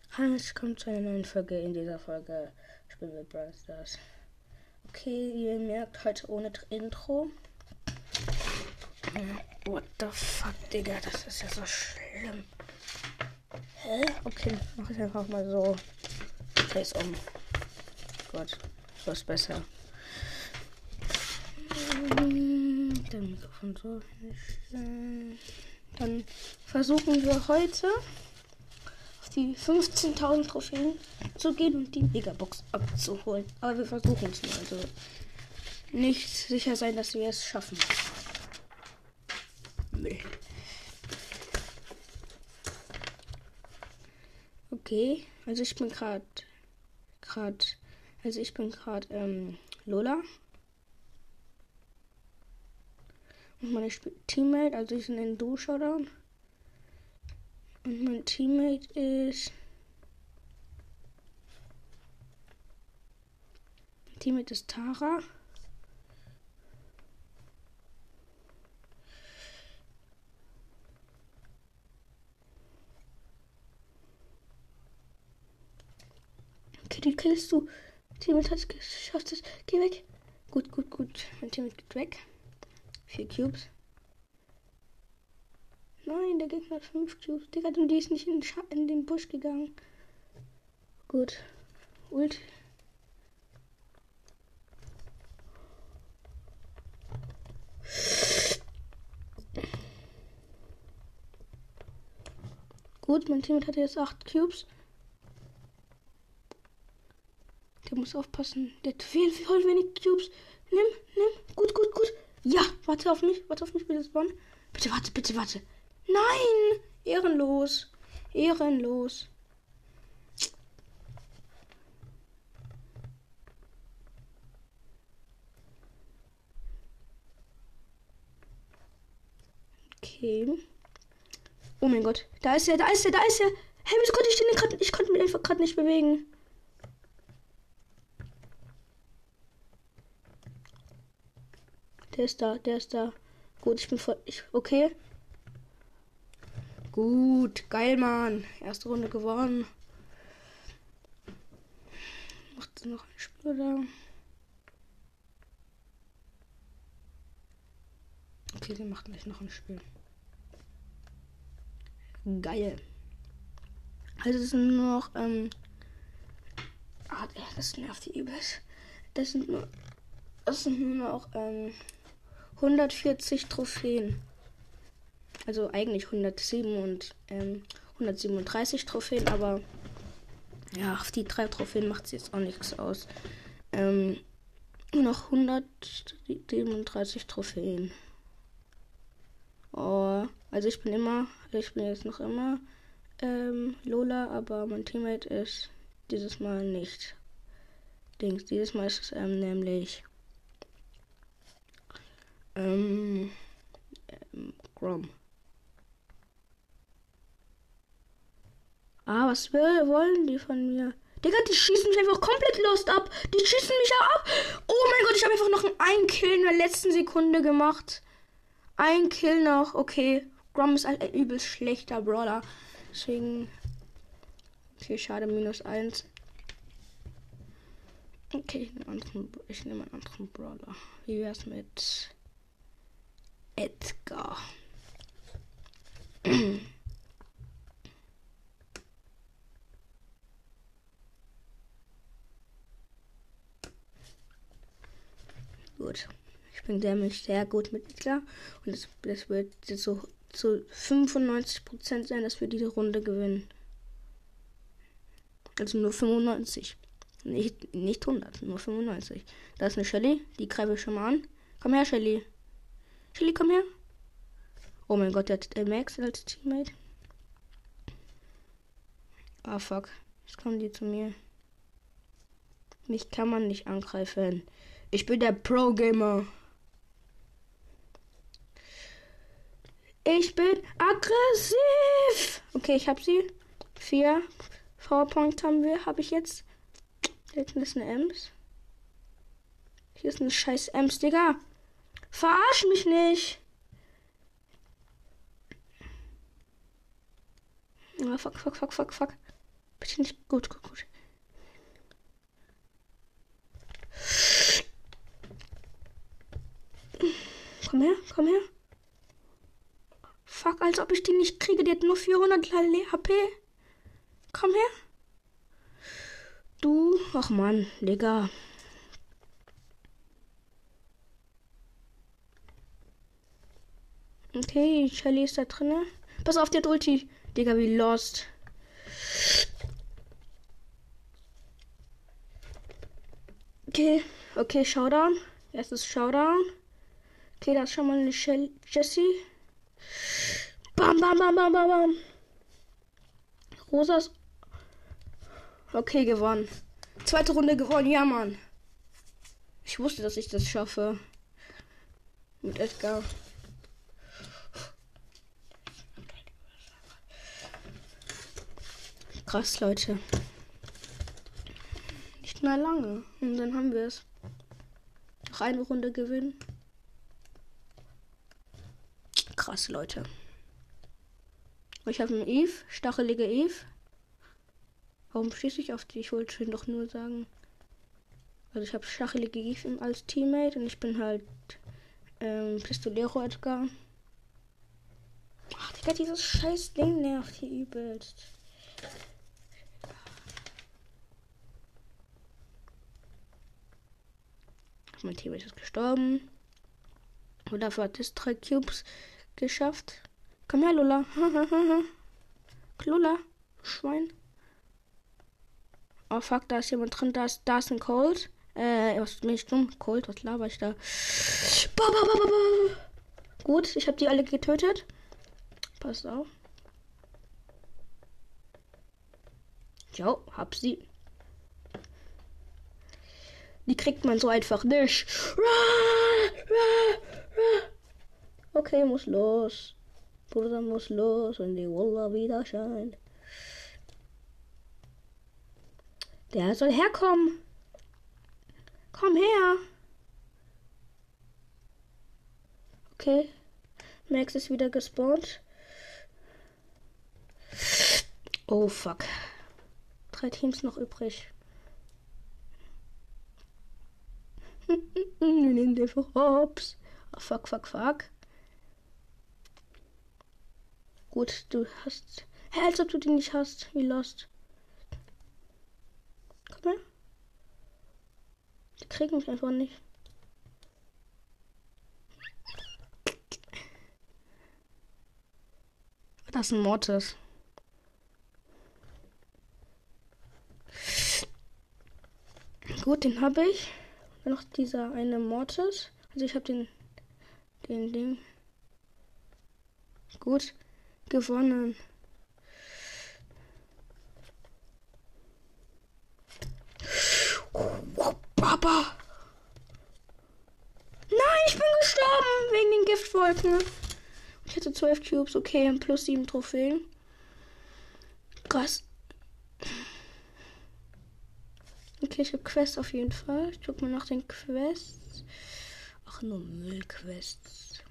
Hallo, willkommen zu einer neuen Folge. In dieser Folge spielen wir Brawl Stars. Okay, ihr merkt, heute ohne Intro. What the fuck, Digga, das ist ja so schlimm. Hä? Okay, mach ich einfach mal so. Dreh's um. Gut, so ist besser. Dann Mikrofon so. Dann versuchen wir heute die 15.000 Trophäen zu gehen und die Megabox abzuholen. Aber wir versuchen es mal. Also nicht sicher sein, dass wir es schaffen. Nee. Okay, also ich bin gerade Lola. Und meine Teammate, also ich bin in Duo-Showdown. Und mein Teammate ist Tara. Okay, den killst du. Teammate hat es geschafft. Geh weg. Gut. Mein Teammate geht weg. 4 Cubes. Nein, der Gegner hat 5 Cubes. Digga, und die ist nicht in den Busch gegangen. Gut. Ult. Gut, mein Teammate hat jetzt 8 Cubes. Der muss aufpassen. Der hat voll wenig Cubes. Nimm. Gut. Ja, warte auf mich, bitte spawn. Bitte warte. Nein! Ehrenlos. Okay. Oh mein Gott. Da ist er. Hey, wieso konnte ich den gerade? Ich konnte mich einfach gerade nicht bewegen. Der ist da. Gut, ich bin voll. Okay. Gut, geil, Mann. Erste Runde gewonnen. Macht noch ein Spiel da. Okay, sie macht gleich noch ein Spiel. Geil. Also es sind nur noch, das nervt die übelst. Das sind nur noch 140 Trophäen. Also eigentlich 137 Trophäen, aber ja, auf die 3 Trophäen macht sie jetzt auch nichts aus. Nur noch 137 Trophäen. Oh, also ich bin jetzt noch immer Lola, aber mein Teammate ist dieses Mal nicht Dieses Mal ist es nämlich Grom. Was wollen die von mir? Digga, die schießen mich einfach komplett lost ab. Die schießen mich ab. Oh mein Gott, ich habe einfach noch einen Kill in der letzten Sekunde gemacht. Ein Kill noch. Okay, Grom ist halt ein übelst schlechter Brawler. Deswegen. Okay, schade, -1. Okay, ich nehme einen anderen Brawler. Wie wär's mit Edgar? Gut. Ich bin nämlich sehr gut mit Edgar. Und das wird jetzt so zu 95% sein, dass wir diese Runde gewinnen. Also nur 95. Nicht 100, nur 95. Da ist eine Shelly, die greife ich schon mal an. Komm her, Shelly. Shelly, komm her. Oh mein Gott, der hat Max als Teammate. Ah, fuck. Jetzt kommen die zu mir. Mich kann man nicht angreifen. Ich bin der Pro-Gamer. Ich bin aggressiv. Okay, ich hab sie. 4 PowerPoint habe ich jetzt. Da hinten ist eine Ems. Hier ist eine scheiß Ems, Digga. Verarsch mich nicht. Oh, fuck. Bitte nicht. Gut, gut, gut. Komm her, komm her. Fuck, als ob ich die nicht kriege. Die hat nur 400 HP. Komm her. Du. Ach Mann, Digga. Okay, Shelly ist da drinne. Pass auf, die hat Ulti. Digga, wie lost. Okay, okay, Showdown. Erstes Showdown. Okay, da ist schon mal eine Jessie. Bam, bam, bam, bam, bam, bam. Rosas. Okay, gewonnen. Zweite Runde gewonnen, ja, Mann. Ich wusste, dass ich das schaffe. Mit Edgar. Krass, Leute. Nicht mehr lange. Und dann haben wir es. Noch eine Runde gewinnen. Krass, Leute. Ich habe einen Eve. Stachelige Eve. Warum schieße ich auf die? Ich wollte doch nur sagen. Also ich habe stachelige Eve als Teammate. Und ich bin halt Pistolero Edgar. Ach, Digga, dieses scheiß Ding nervt hier übelst. Mein Teammate ist gestorben. Und dafür hat es 3 Cubes geschafft. Komm her, Lola. Lola, Schwein. Oh fuck, da ist jemand drin. Da ist ein Colt. Was bin ich dumm? Colt, was laber ich da? Gut, ich habe die alle getötet. Passt auf. Jo, hab sie. Die kriegt man so einfach nicht. Okay, muss los. Bruder muss los und die Wallah wieder scheint. Der soll herkommen. Komm her. Okay. Max ist wieder gespawnt. Oh fuck. 3 Teams noch übrig. Nimm den Hops. Oh, fuck, fuck, fuck. Gut, du hast. Hä, als ob du den nicht hast. Wie lost. Komm her. Die kriegen mich einfach nicht. Das ist ein Mortis. Gut, den habe ich. Dann noch dieser eine Mortis. Also ich habe den Ding. Gut. Gewonnen. Oh, Papa. Nein, ich bin gestorben wegen den Giftwolken. Ich hatte 12 Cubes, okay, plus 7 Trophäen. Krass. Okay, ich habe Quests auf jeden Fall. Ich guck mal nach den Quests. Ach, nur Müllquests.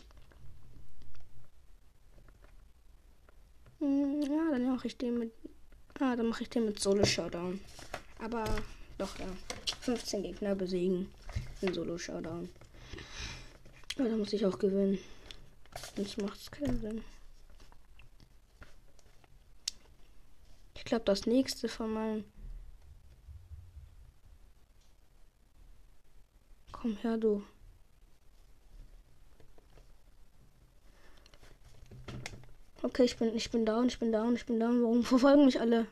Ja, dann mache ich den mit. Dann mache ich den mit Solo Showdown. Aber doch, ja. 15 Gegner besiegen in Solo Showdown. Aber da muss ich auch gewinnen. Sonst macht es keinen Sinn. Ich glaube, das nächste von meinem. Komm her, du. Okay, ich bin down. Warum verfolgen mich alle?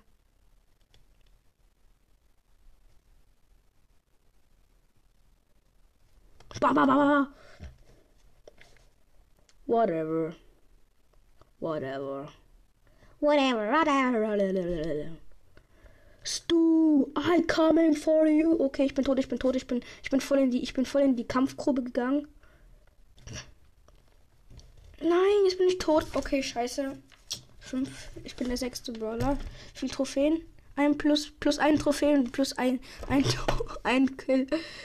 Whatever. Stu, I coming for you. Okay, ich bin tot. Ich bin voll in die Kampfgrube gegangen. Nein, jetzt bin ich tot. Okay, scheiße. 5. Ich bin der 6. Brawler. Wie viele Trophäen? Plus ein Trophäen plus ein Kill.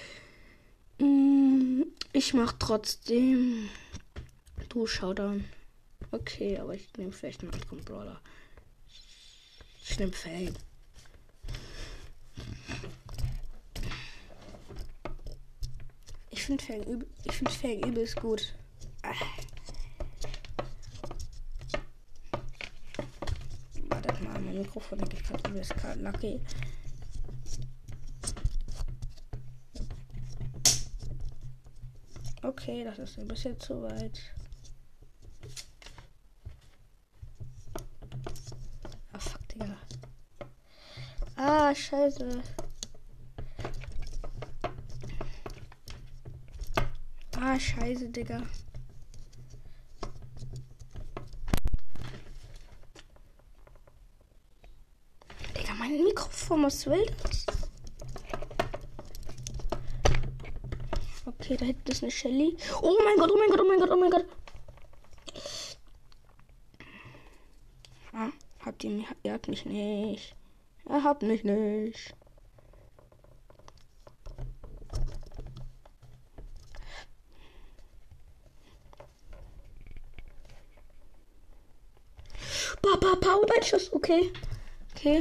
Ich mach trotzdem. Du Showdown. Okay, aber ich nehme vielleicht einen anderen Brawler. Ich nehme Fang. finde Fang übelst gut. Warte mal, mein Mikrofon geht gerade übelst lucky. Okay, das ist ein bisschen zu weit. Ah, fuck, Digga. Ah, scheiße. Ah, scheiße, Digga. Digga, mein Mikrofon, was will das? Okay, da hinten ist eine Shelly. Oh mein Gott, oh mein Gott, oh mein Gott, oh mein Gott. Ah, ihr habt mich nicht. Er hat mich nicht. Powerball-Schuss, okay. Okay.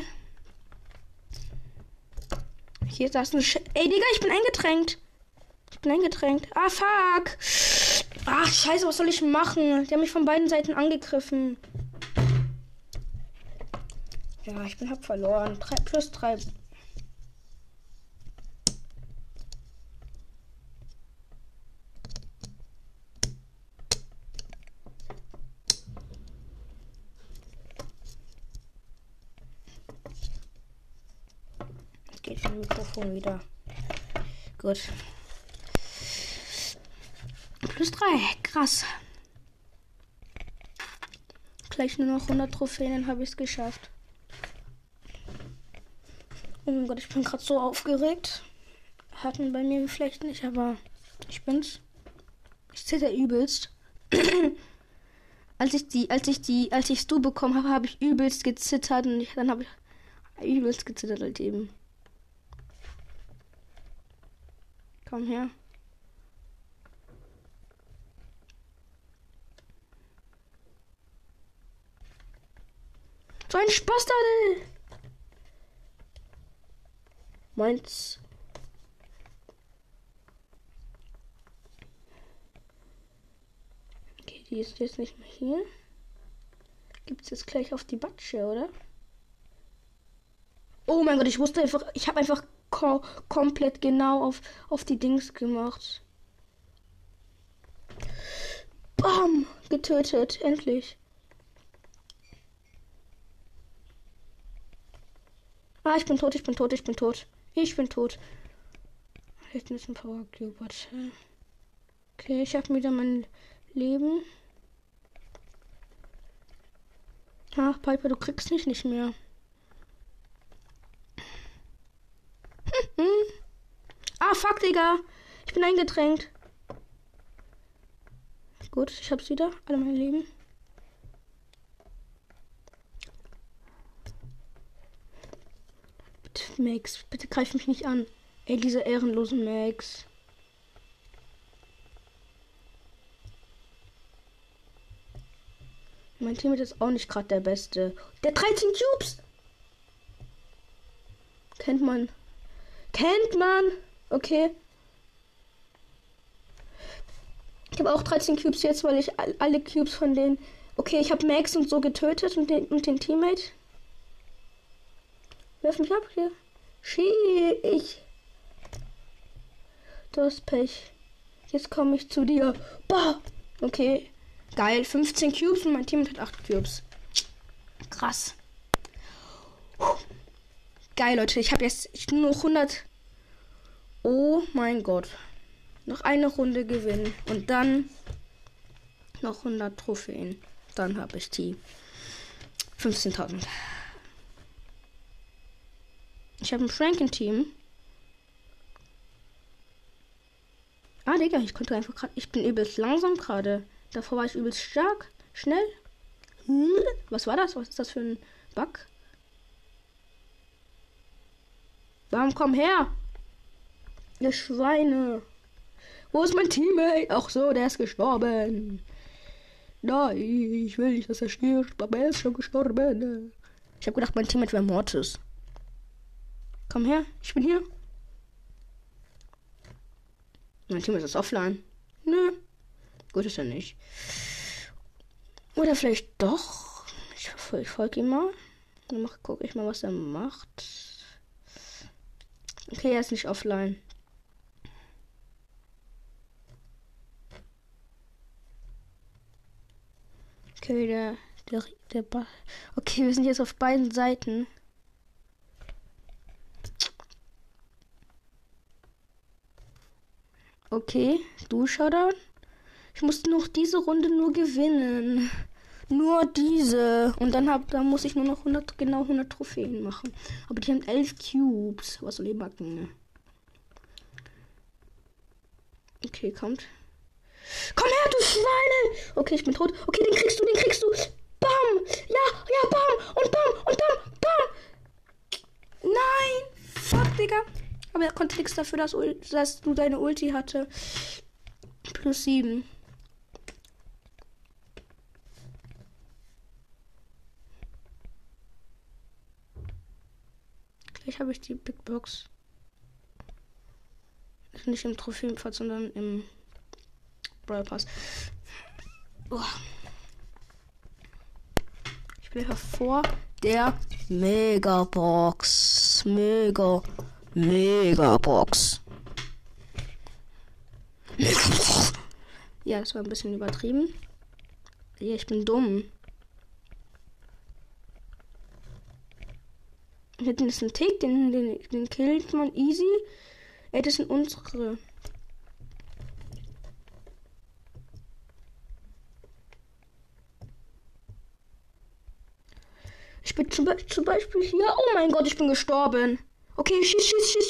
Hier ist das ein Ey, Digga, ich bin eingetränkt. Ah, fuck. Ach, scheiße, was soll ich machen? Die haben mich von beiden Seiten angegriffen. Ja, hab verloren. 3+3. Jetzt geht mein Mikrofon wieder. Gut. +3. Krass. Gleich nur noch 100 Trophäen, dann habe ich es geschafft. Oh mein Gott, ich bin gerade so aufgeregt. Hatten bei mir vielleicht nicht, aber ich bin's. Ich zitter übelst. Als ich's du bekommen habe, habe ich übelst gezittert und dann habe ich übelst gezittert halt eben. Komm her. So ein Spastadel! Meins. Okay, die ist jetzt nicht mehr hier. Gibt's jetzt gleich auf die Batsche, oder? Oh mein Gott, ich habe einfach komplett genau auf die Dings gemacht. Bam! Getötet, endlich. Ah, ich bin tot. Hinten ist ein Power Cube. Okay, ich habe wieder mein Leben. Ach, Piper, du kriegst mich nicht mehr. Ah, fuck, Digga. Ich bin eingetränkt. Gut, ich hab's wieder. Alle mein Leben. Bitte, Max. Bitte greif mich nicht an. Ey, diese ehrenlosen Max. Mein Team ist auch nicht gerade der Beste. Der 13 Cubes! Kennt man. Okay. Ich habe auch 13 Cubes jetzt, weil ich alle Cubes von denen... Okay, ich habe Max und so getötet und den Teammate. Werf mich ab hier. Ich. Du hast Pech. Jetzt komme ich zu dir. Boah. Okay. Geil. 15 Cubes und mein Teammate hat 8 Cubes. Krass. Geil, Leute. Ich habe jetzt nur 100... Oh mein Gott. Noch eine Runde gewinnen. Und dann noch 100 Trophäen. Dann habe ich die 15.000. Ich habe ein Franken-Team. Ah, Digga, ich konnte einfach gerade... Ich bin übelst langsam gerade. Davor war ich übelst stark. Schnell. Was war das? Was ist das für ein Bug? Warum komm her? Ihr Schweine. Wo ist mein Teammate? Ach so, der ist gestorben. Nein, ich will nicht, dass er stirbt, aber er ist schon gestorben. Ich habe gedacht, mein Teammate wäre Mortis. Komm her, ich bin hier. Mein Team ist jetzt offline. Nö. Gut ist er nicht. Oder vielleicht doch. Ich folge ihm mal. Dann gucke ich mal, was er macht. Okay, er ist nicht offline. Okay, der Ball. Okay, wir sind jetzt auf beiden Seiten. Okay, du Showdown. Ich musste noch diese Runde nur gewinnen. Nur diese. Und dann muss ich nur noch 100 Trophäen machen. Aber die haben 11 Cubes. Was soll ich machen? Okay, kommt. Komm her, du Schweine! Okay, ich bin tot. Okay, den kriegst du. Bam! Ja, bam! Und bam! Nein! Fuck, Digga. Aber er konnte nichts dafür, dass du deine Ulti hatte. Plus 7. Gleich habe ich die Big Box. Nicht im Trophäenpfad, sondern im Brawl Pass. Oh. Ich bin einfach vor der Megabox. Megabox. Ja, das war ein bisschen übertrieben. Ja, ich bin dumm. Hinten ist ein Tick, den killt man easy. Ey, das sind unsere. Ich bin zum Beispiel hier. Oh mein Gott, ich bin gestorben. Okay, schieß.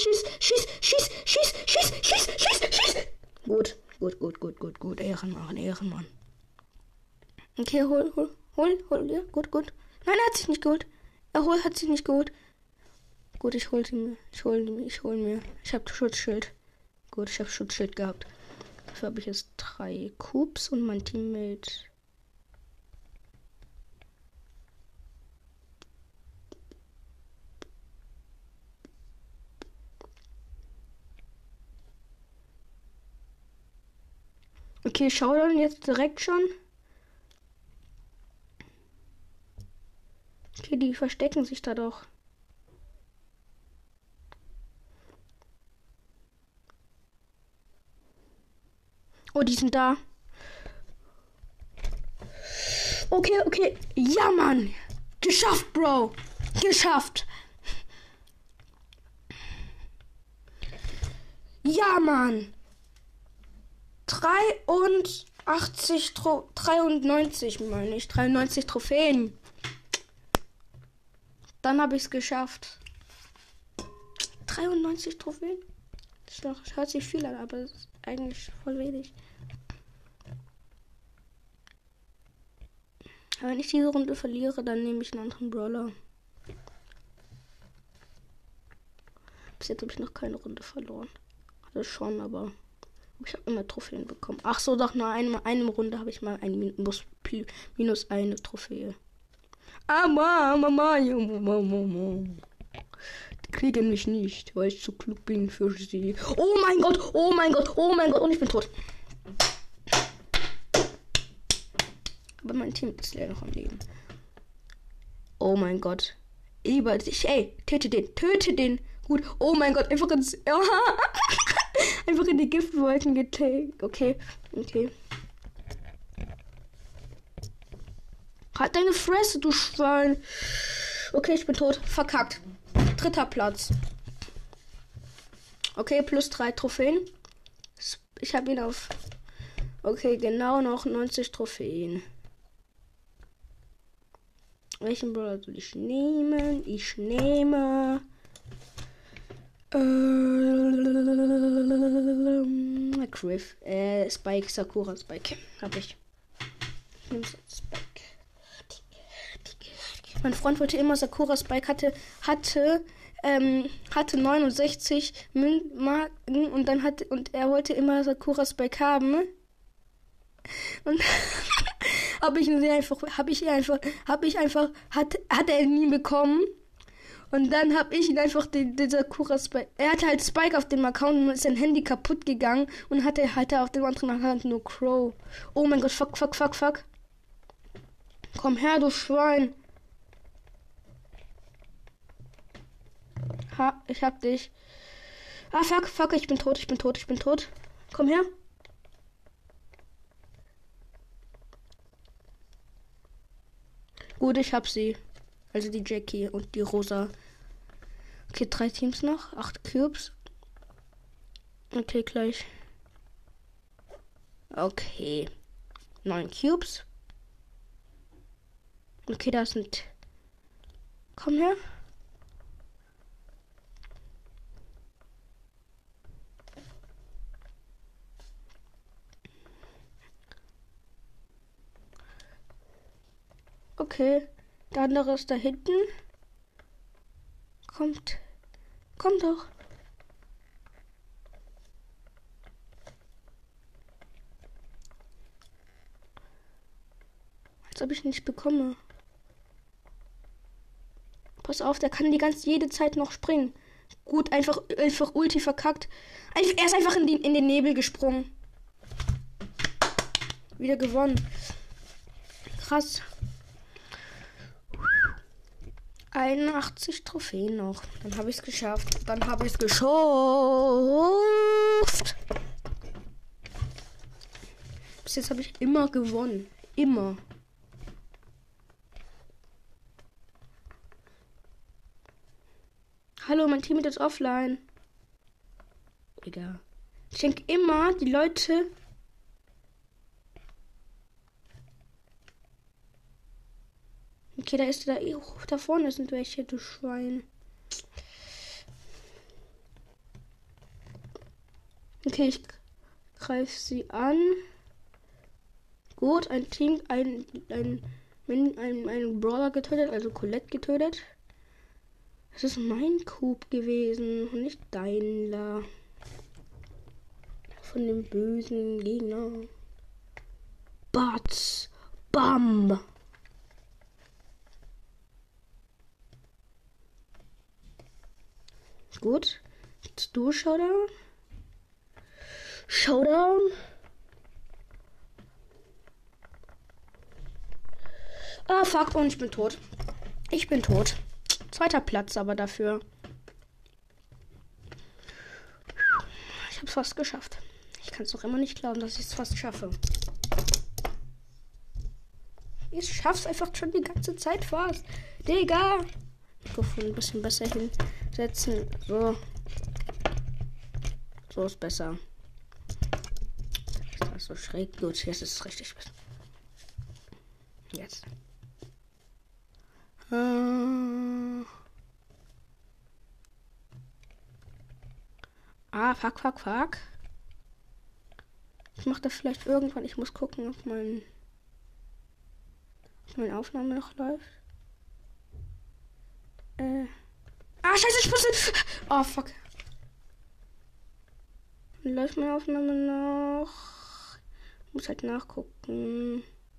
Gut. Ehrenmann. Okay, hol. Ja, gut. Nein, er hat sich nicht geholt. Hat sich nicht geholt. Gut, ich hol mir. Ich habe Schutzschild. Gut, ich habe Schutzschild gehabt. Dafür habe ich jetzt 3 Cubes und mein Teammate. Okay, schau dann jetzt direkt schon. Okay, die verstecken sich da doch. Oh, die sind da. Okay. Ja, Mann. Geschafft, Bro. Geschafft. Ja, Mann. 93 meine ich. 93 Trophäen. Dann habe ich es geschafft. 93 Trophäen? Das hört sich viel an, aber das ist eigentlich voll wenig. Aber wenn ich diese Runde verliere, dann nehme ich einen anderen Brawler. Bis jetzt habe ich noch keine Runde verloren. Also schon, aber ich habe immer Trophäen bekommen. Ach so, doch, nur eine Runde habe ich mal minus eine Trophäe. Mama. Die kriegen mich nicht, weil ich zu klug bin für sie. Oh mein Gott. Und ich bin tot. Aber mein Team ist leider noch am Leben. Oh mein Gott. Töte den. Gut. Oh mein Gott, einfach in die Giftwolken getaggt. Okay. Halt deine Fresse, du Schwein. Okay, ich bin tot. Verkackt. 3. Platz. Okay, plus 3 Trophäen. Ich habe ihn auf. Okay, genau noch 90 Trophäen. Welchen Brawler soll ich nehmen? Ich nehme. Griff. Spike, Sakura Spike. Hab ich. Ich nehme Spike. Mein Freund wollte immer Sakura Spike, hatte 69 Marken und er wollte immer Sakura Spike haben. Und hat er nie bekommen. Und dann habe ich ihn einfach, dieser Kura Spike. Er hatte halt Spike auf dem Account und ist sein Handy kaputt gegangen und hatte halt auf dem anderen Account nur Crow. Oh mein Gott, fuck. Komm her, du Schwein. Ha, ich hab dich. Ah, fuck, ich bin tot. Komm her. Gut, ich hab sie. Also die Jackie und die Rosa. Okay, 3 Teams noch. 8 Cubes. Okay, gleich. Okay. 9 Cubes. Okay, da sind... Komm her. Okay. Der andere ist da hinten. Kommt doch. Als ob ich nicht bekomme. Pass auf, der kann jede Zeit noch springen. Gut, einfach Ulti verkackt. Er ist einfach in den Nebel gesprungen. Wieder gewonnen. Krass. 81 Trophäen noch. Dann habe ich es geschafft. Bis jetzt habe ich immer gewonnen. Immer. Hallo, mein Team ist offline. Egal. Ich denke immer, die Leute... Okay, da vorne sind welche, du Schwein. Okay, ich greife sie an. Gut, ein Team, ein Brawler getötet, also Colette getötet. Das ist mein Coup gewesen und nicht deiner. Von dem bösen Gegner. Batz. Bam. Gut. Jetzt du, Showdown. Ah, fuck. Und ich bin tot. 2. Platz aber dafür. Ich hab's fast geschafft. Ich kann es noch immer nicht glauben, dass ich es fast schaffe. Ich schaff's einfach schon die ganze Zeit fast. Digga. Mikrofon ein bisschen besser hinsetzen. So ist besser. Ist das so schräg? Gut, jetzt ist es richtig besser. Jetzt. Fuck. Ich mache das vielleicht irgendwann. Ich muss gucken, ob meine Aufnahme noch läuft. Scheiße, ich muss... Oh, fuck. Läuft meine Aufnahme noch? Muss halt nachgucken.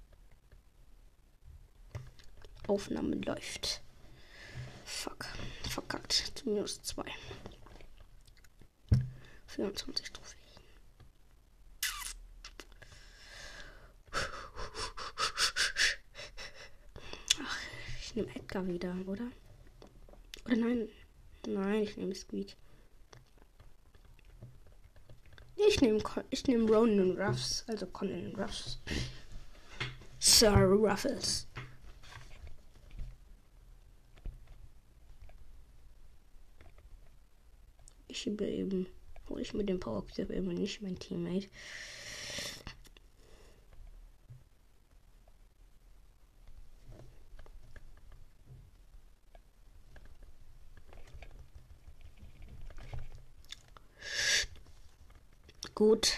Aufnahme läuft. Fuck. Verkackt. -2. 24 Trophäen. Ach, ich nehme Edgar wieder, oder? Oder nein? Nein, ich nehme Squeak. Ich nehme Ronan Ruffs, also Conan Ruffs. Sir Ruffles. Ich hole ich mit dem Power Cube eben nicht mein Teammate. Gut.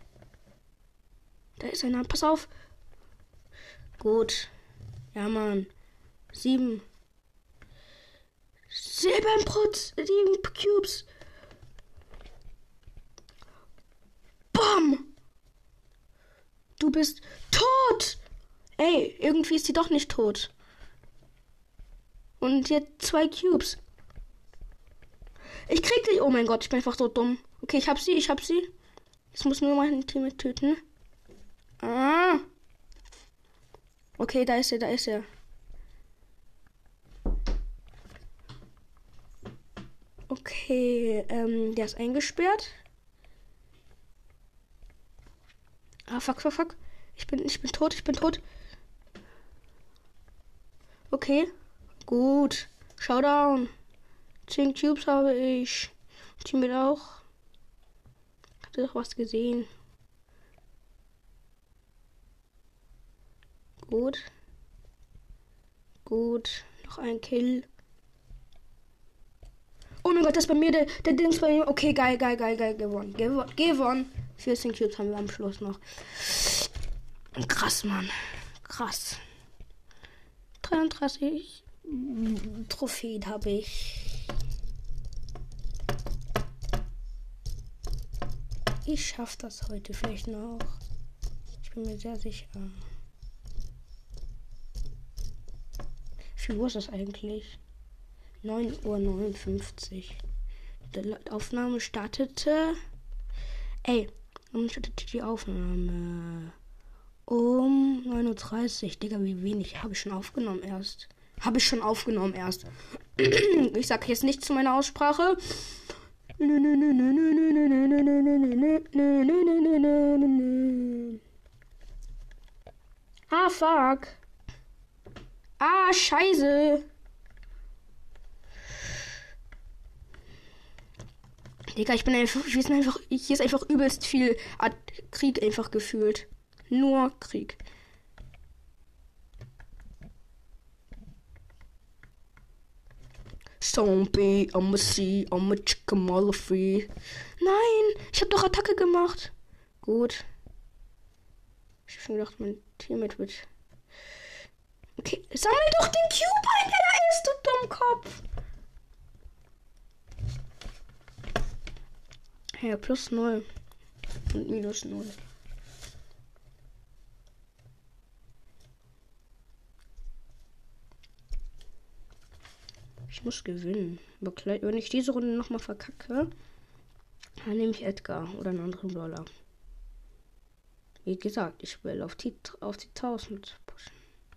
Da ist einer. Pass auf. Gut. Ja, Mann. 7 Silberprotz. 7 Cubes. Bam. Du bist tot. Ey, irgendwie ist sie doch nicht tot. Und jetzt 2 Cubes. Ich krieg dich. Oh mein Gott, ich bin einfach so dumm. Okay, ich hab sie. Ich muss nur mein Team töten. Ah. Okay, da ist er. Okay, der ist eingesperrt. Ah, fuck. Ich bin tot. Okay, gut. Showdown. 10 Cubes habe ich. Teammate auch. Habt ihr doch was gesehen? Gut. Noch ein Kill. Oh mein Gott, das ist bei mir der Dings bei mir. Okay, geil. Gewonnen. 14 Cubes haben wir am Schluss noch. Krass, Mann. Krass. 33 Trophäen habe ich. Ich schaffe das heute vielleicht noch. Ich bin mir sehr sicher. Wie viel Uhr ist das eigentlich? 9:59 Uhr. Die Aufnahme startete. Warum startete die Aufnahme? Um 9:30 Uhr. Digga, wie wenig habe ich schon aufgenommen erst. Ich sag jetzt nichts zu meiner Aussprache. Ah, fuck. Ah, scheiße. Digga, hier ist einfach übelst viel Krieg einfach gefühlt. Nur Krieg. Zombie, I'm a sea, I'm a chicken malafie. Nein, ich hab doch Attacke gemacht. Gut. Ich hab schon gedacht, mein Teammate wird. Okay, sammel doch den Cube ein, der ist, du Dummkopf. Ja, +0 und -0. Ich muss gewinnen. Aber wenn ich diese Runde nochmal verkacke, dann nehme ich Edgar oder einen anderen Brawler. Wie gesagt, ich will auf die 1000 pushen.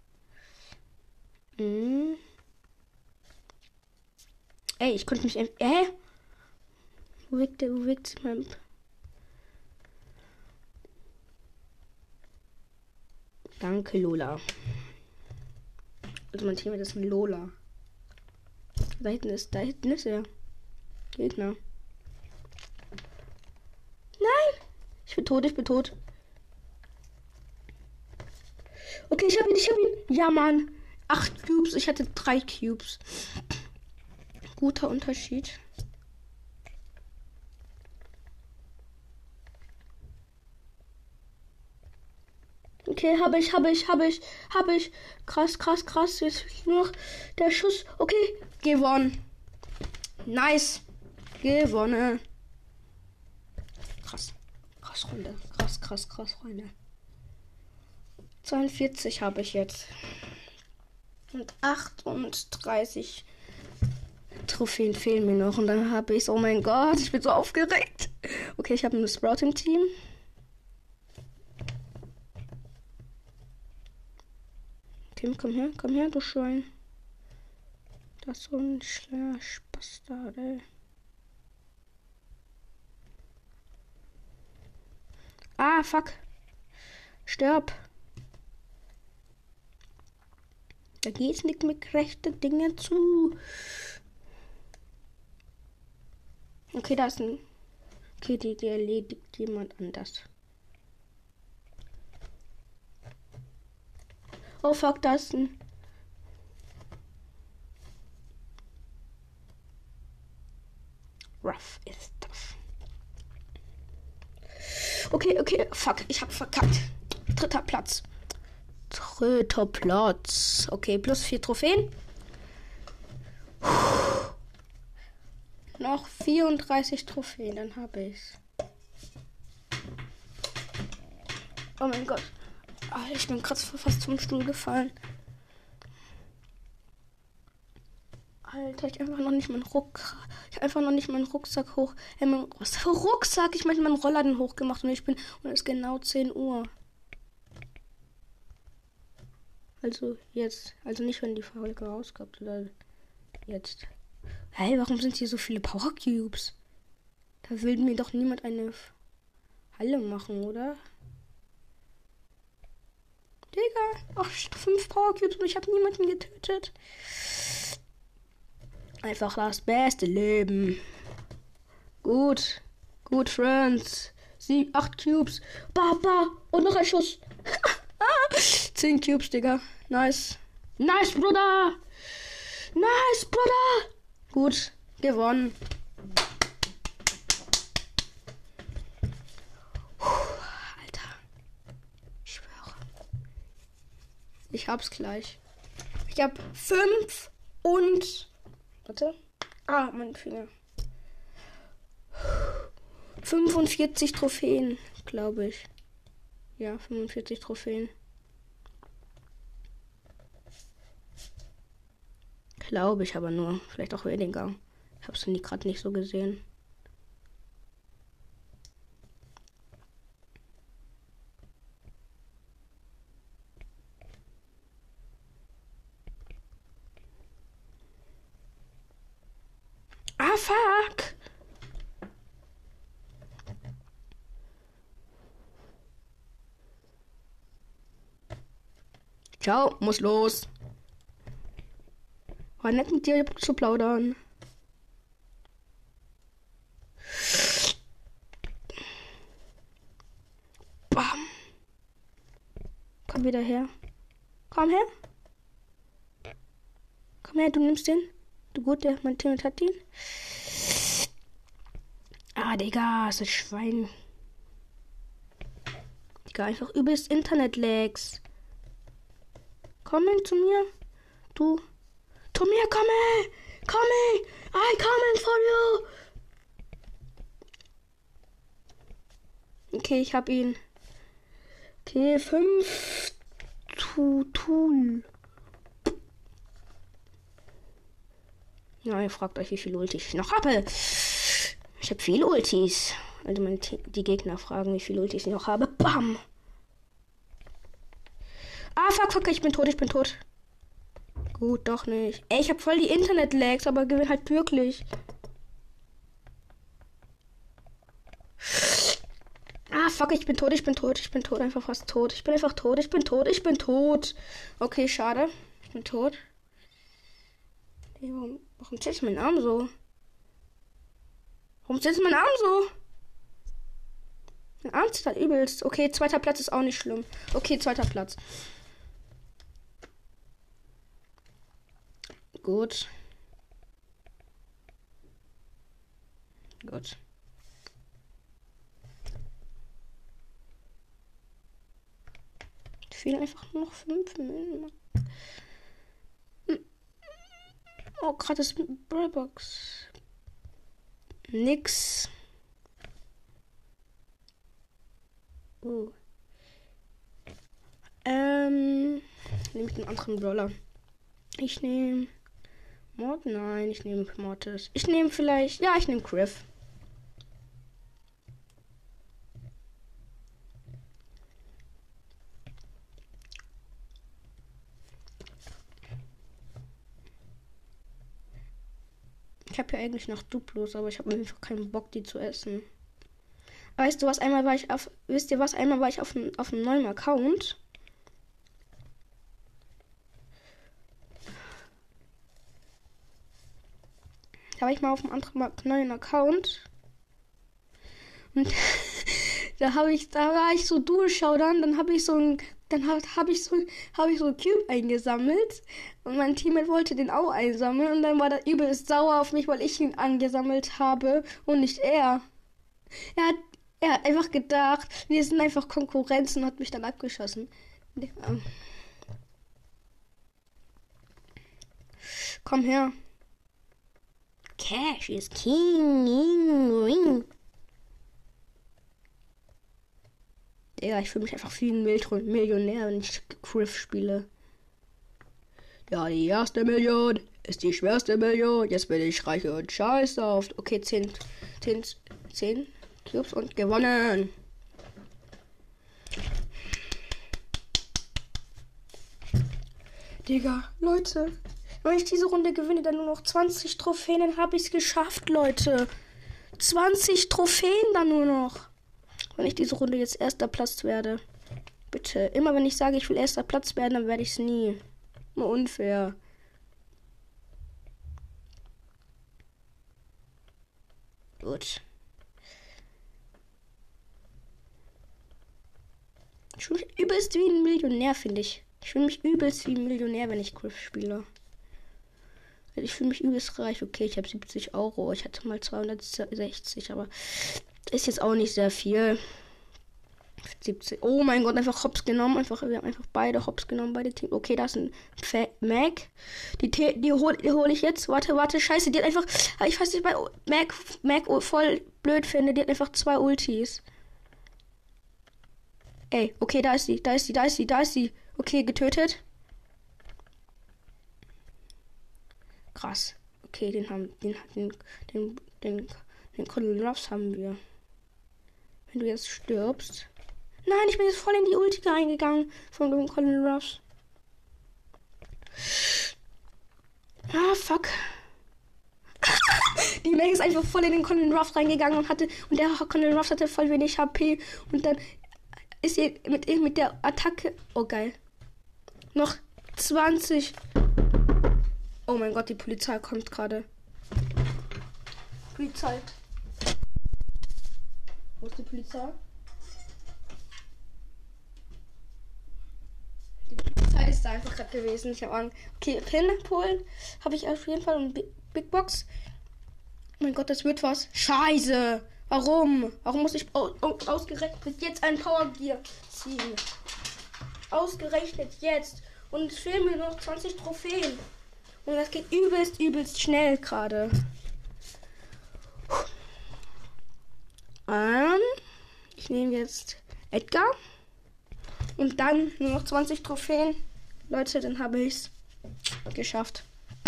Ey, ich konnte mich... Wo wirkt sich mein... Danke, Lola. Also mein Team ist ein Lola. Da hinten ist er. Gegner. Nein! Ich bin tot. Okay, ich hab ihn. Ja, Mann. 8 Cubes. Ich hatte 3 Cubes. Guter Unterschied. Okay, habe ich. Krass. Jetzt nur noch der Schuss. Okay, gewonnen. Nice. Gewonnen. Krass Runde. Krass Runde. 42 habe ich jetzt. Und 38 Trophäen fehlen mir noch. Und dann habe ich, oh mein Gott, ich bin so aufgeregt. Okay, ich habe ein Sprout im Team. Tim, komm her, du Schwein. Das ist so ein Bastard, ey. Ah, fuck. Stirb. Da geht's nicht mit rechten Dingen zu. Okay, da ist ein... Okay, die erledigt jemand anders. Oh fuck, da ist ein... Rough ist das. Okay, fuck, ich hab verkackt. Dritter Platz. Okay, +4 Trophäen. Noch 34 Trophäen, dann habe ich's. Oh mein Gott. Ich bin gerade fast zum Stuhl gefallen. Alter, ich einfach noch nicht meinen Ich habe einfach noch nicht meinen Rucksack hoch. Was für Rucksack? Ich meine meinen Rollladen hochgemacht und es ist genau 10 Uhr. Also jetzt. Also nicht, wenn die Folge rauskommt, oder jetzt. Hey, warum sind hier so viele Power Cubes? Da will mir doch niemand eine Halle machen, oder? Digga. Ach, 5 Power Cubes und ich habe niemanden getötet. Einfach das beste Leben. Gut. Gut, Friends. 8 Cubes. Baba. Und noch ein Schuss. 10 Cubes, Digga. Nice. Nice, Bruder. Nice, Bruder. Gut. Gewonnen. Alter. Ich schwöre. Ich hab's gleich. Ich hab 5 und... Warte. Mein Finger. 45 Trophäen, glaube ich. Ja, 45 Trophäen. Glaube ich aber nur. Vielleicht auch weniger. Ich habe es gerade nicht so gesehen. Ah, fuck! Ciao, muss los. War nett mit dir zu plaudern. Bam. Komm wieder her. Komm her. Komm her, du nimmst den. Du gut, mein Teammate hat ihn. Ah, Digga, ist das Schwein. Digga, einfach übelst Internet-Lags. Komm hin zu mir. Du. To mir, komme! Komme! I coming for you! Okay, ich hab ihn. Okay, 5 Tool. Ja, ihr fragt euch, wie viele Ultis ich noch habe. Ich habe viele Ultis. Also die Gegner fragen, wie viele Ultis ich noch habe. Bam! Ah, fuck, ich bin tot. Gut, doch nicht. Ey, ich habe voll die Internet-Lags, aber gewinne halt wirklich. Ah, fuck, ich bin tot. Ich bin einfach fast tot. Ich bin einfach tot. Ich bin tot. Okay, schade. Ich bin tot. Hey, warum zählt mein Arm so? Mein Arm zählt halt übelst. Okay, 2. Platz ist auch nicht schlimm. Okay, 2. Platz. Gut. Fehlen einfach nur noch 5 Minuten. Oh, gratis Brawlbox. Nix. Nehme ich einen anderen Brawler. Ich nehme Mord? Nein, ich nehme Mortis. Ich nehme vielleicht... Ja, ich nehme Griff. Ich habe ja eigentlich noch Duplos, aber ich habe einfach keinen Bock, die zu essen. Weißt du was? Wisst ihr was? Einmal war ich auf einem neuen Account. Da war ich mal auf einem anderen neuen Account. Und da war ich so durchschaudern, dann habe ich so ein Cube eingesammelt und mein Teammate wollte den auch einsammeln und dann war er übelst sauer auf mich, weil ich ihn angesammelt habe und nicht er. Er hat einfach gedacht, wir sind einfach Konkurrenz und hat mich dann abgeschossen. Komm her. Cash is king. Digga, ich fühle mich einfach wie ein Millionär, wenn ich Griff spiele. Ja, die erste Million ist die schwerste Million. Jetzt bin ich reich und scheiß auf. Okay, 10 Cubes und gewonnen. Digga, Leute. Wenn ich diese Runde gewinne, dann nur noch 20 Trophäen, dann habe ich es geschafft, Leute. 20 Trophäen dann nur noch. Wenn ich diese Runde jetzt erster Platz werde. Bitte. Immer wenn ich sage, ich will erster Platz werden, dann werde ich es nie. Nur unfair. Gut. Ich fühle mich übelst wie ein Millionär, finde ich. Ich fühle mich übelst wie ein Millionär, wenn ich Griff spiele. Ich fühle mich übelst reich. Okay, ich habe 70 Euro. Ich hatte mal 260, aber ist jetzt auch nicht sehr viel. 70. Oh mein Gott, einfach hops genommen. Wir haben einfach beide hops genommen, beide Teams. Okay, da ist ein Mac. Die hole ich jetzt. Warte, scheiße. Die hat einfach. Ich weiß nicht, bei Mac voll blöd finde. Die hat einfach 2 Ultis. Ey, okay, da ist sie. Okay, getötet. Krass. Okay, den Colonel Ruffs haben wir. Wenn du jetzt stirbst. Nein, ich bin jetzt voll in die Ulti reingegangen von dem Colonel Ruffs. Ah, fuck. Die Meg ist einfach voll in den Colonel Ruffs reingegangen und der Colonel Ruffs hatte voll wenig HP und dann ist sie mit der Attacke. Oh, geil. Noch 20. Oh mein Gott, die Polizei kommt gerade. Polizei. Wo ist die Polizei? Die Polizei ist da einfach gerade gewesen. Ich habe Angst. Okay, Pin Polen habe ich auf jeden Fall eine Big Box. Oh mein Gott, das wird was. Scheiße. Warum? Warum muss ich ausgerechnet jetzt einen Power Gear ziehen? Ausgerechnet jetzt. Und es fehlen mir nur noch 20 Trophäen. Und das geht übelst schnell gerade. Ich nehme jetzt Edgar. Und dann nur noch 20 Trophäen. Leute, dann habe ich es geschafft.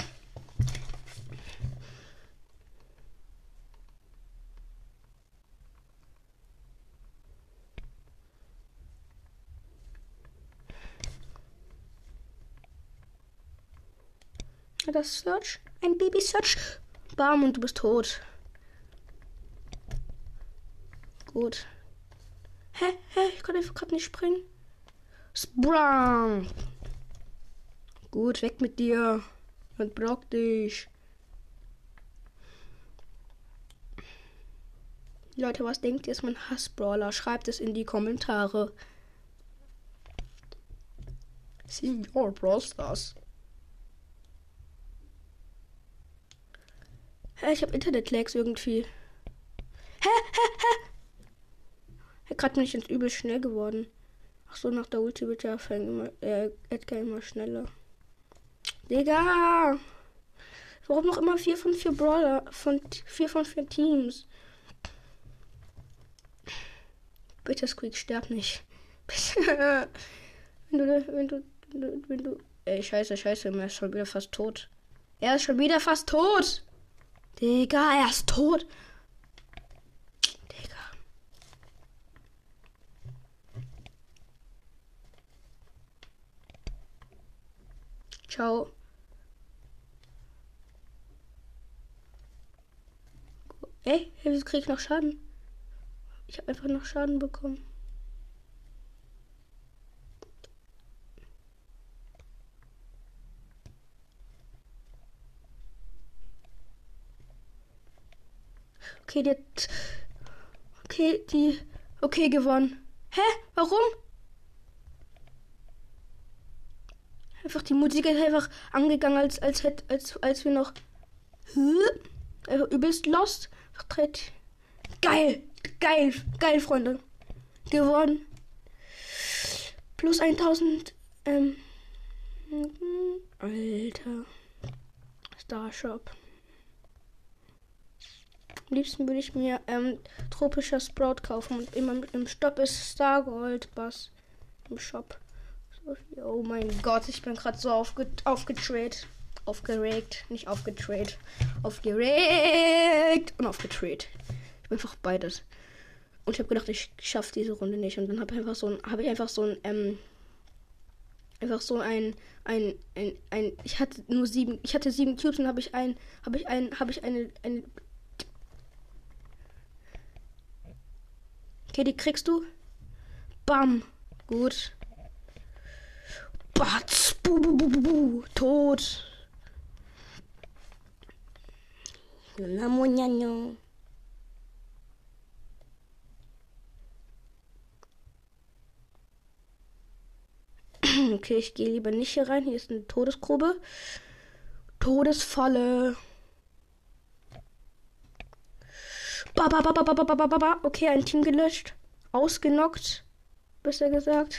Das Search. Ein Baby Search. Bam, und du bist tot. Gut. Hä? Ich konnte einfach gerade nicht springen. Sprung. Gut, weg mit dir. Und block dich. Leute, was denkt ihr, ist mein Hassbrawler? Schreibt es in die Kommentare. Senior Brawl Stars. Hä, ich habe Internet-Lags irgendwie. Hä? Gerade bin ich jetzt übel schnell geworden. Ach so, nach der Ulti wird ja Edgar immer schneller. Digga! Warum noch immer 4 von 4 Brawler? 4 von 4 Teams? Bitte, Squeak, sterb nicht. Bitte. Wenn du. Ey, scheiße, er ist schon wieder fast tot. Digga, er ist tot. Digga. Ciao. Ey, wieso krieg ich noch Schaden? Ich habe einfach noch Schaden bekommen. Okay, gewonnen. Hä? Warum? Einfach die Musik ist einfach angegangen, als wir noch übelst lost. Geil, Freunde. Gewonnen. Plus 1000. Alter. Starshop. Am liebsten würde ich mir tropischer Sprout kaufen und immer mit einem Stopp ist Stargold Bass im Shop. So viel. Oh mein Gott, ich bin gerade so aufgetradet. Aufgeregt, nicht aufgetrade. Aufgeregt und aufgetrade. Ich bin einfach beides. Und ich habe gedacht, ich schaffe diese Runde nicht. Und dann habe ich einfach ich hatte 7 Cubes und habe ich eine. Okay, die kriegst du. Bam. Gut. Batz. Bu. Tot. Lamonjano. Okay, ich gehe lieber nicht hier rein. Hier ist eine Todesgrube. Todesfalle. Okay, ein Team gelöscht. Ausgenockt. Besser gesagt.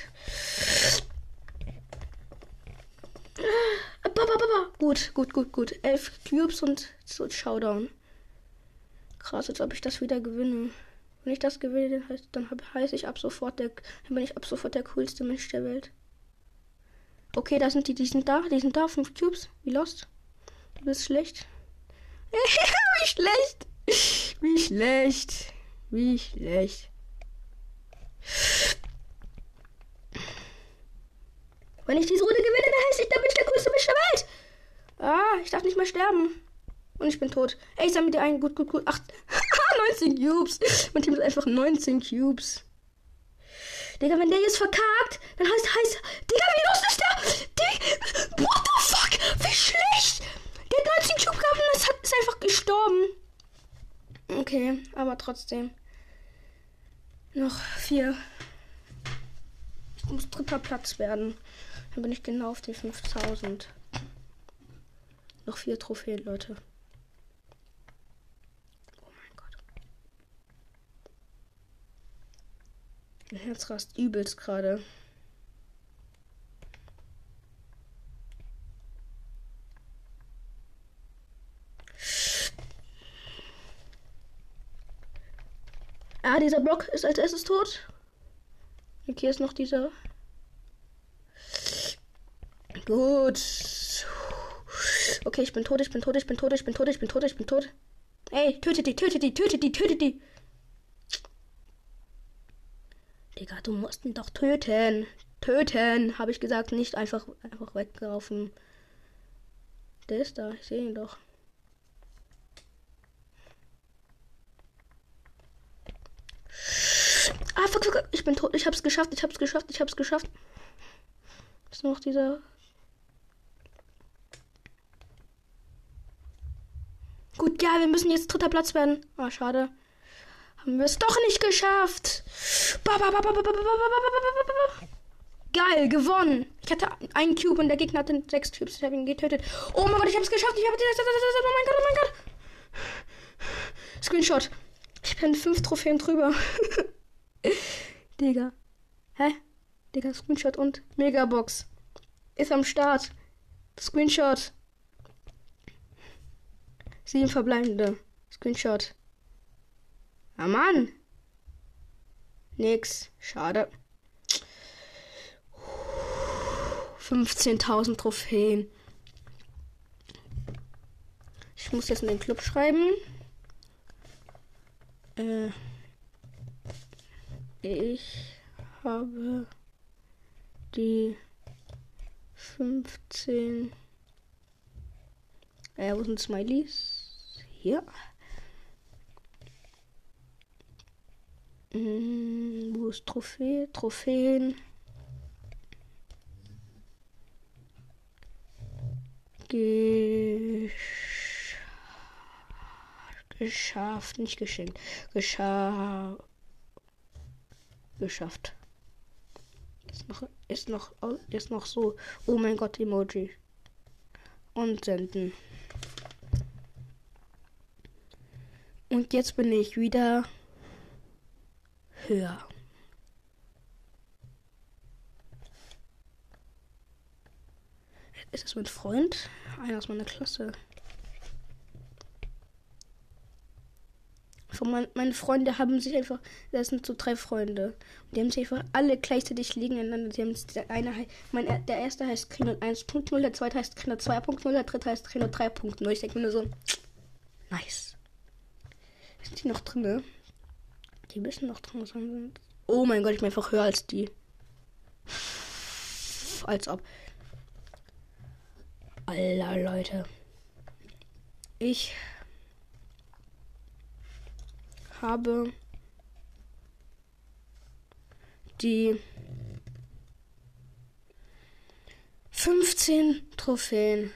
Gut. 11 Cubes und so Showdown. Krass, als ob ich das wieder gewinne. Wenn ich das gewinne, dann bin ich ab sofort der coolste Mensch der Welt. Okay, da sind die sind da. 5 Cubes. Wie lost? Du bist schlecht. Wie schlecht. Wenn ich diese Runde gewinne, dann bin ich der coolste Mensch der Welt. Ah, ich darf nicht mehr sterben. Und ich bin tot. Ey, ich sammle dir einen. Gut. 19 Cubes. Mein Team ist einfach 19 Cubes. Digga, wenn der jetzt verkackt, dann heißt, Digga, wie los ist der? What the fuck? Wie schlecht. Der hat 19 Cubes gehabt und ist einfach gestorben. Okay, aber trotzdem. Noch 4. Ich muss 3. Platz werden. Dann bin ich genau auf die 5000. Noch 4 Trophäen, Leute. Oh mein Gott. Mein Herz rast übelst gerade. Ah, dieser Block ist als erstes tot. Und hier ist noch dieser. Gut. Okay, ich bin tot. Ey, tötet die. Digga, du musst ihn doch töten. Töten, habe ich gesagt, nicht einfach weggelaufen. Der ist da, ich sehe ihn doch. Ah, fuck. Ich bin tot. Ich hab's geschafft. Ist noch dieser. Gut, ja, wir müssen jetzt 3. Platz werden. Ah, schade. Haben wir es doch nicht geschafft. Geil, gewonnen. Ich hatte einen Cube und der Gegner hatte 6 Cubes. Ich habe ihn getötet. Oh mein Gott, ich habe es geschafft. Oh mein Gott. Screenshot. Ich bin 5 Trophäen drüber. Digga. Hä? Digga, Screenshot und Megabox. Ist am Start. Screenshot. 7 verbleibende. Screenshot. Ah, Mann. Nix. Schade. 15.000 Trophäen. Ich muss jetzt in den Club schreiben. Ich habe die 15. Wo sind Smileys? Hier. Wo ist Trophäe? Trophäen. Geschafft, nicht geschenkt. Geschafft. Ist noch so. Oh mein Gott, Emoji. Und senden. Und jetzt bin ich wieder höher. Ist das mein Freund? Einer aus meiner Klasse. Meine Freunde haben sich einfach, das sind so 3 Freunde. Und die haben sich einfach alle gleichzeitig gegeneinander. Die haben, der erste heißt Kino 1.0, der zweite heißt Kino 2.0, der dritte heißt Kino 3.0. Ich denke mir nur so, nice. Sind die noch drin? Die müssen noch drin sein. Oh mein Gott, ich bin einfach höher als die. Als ob. Alter, Leute. Ich habe die 15.000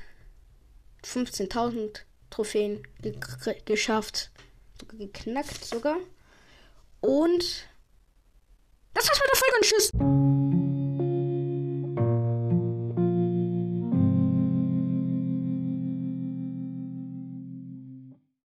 Trophäen geschafft. Geknackt sogar. Und das war's mit der Folge und tschüss.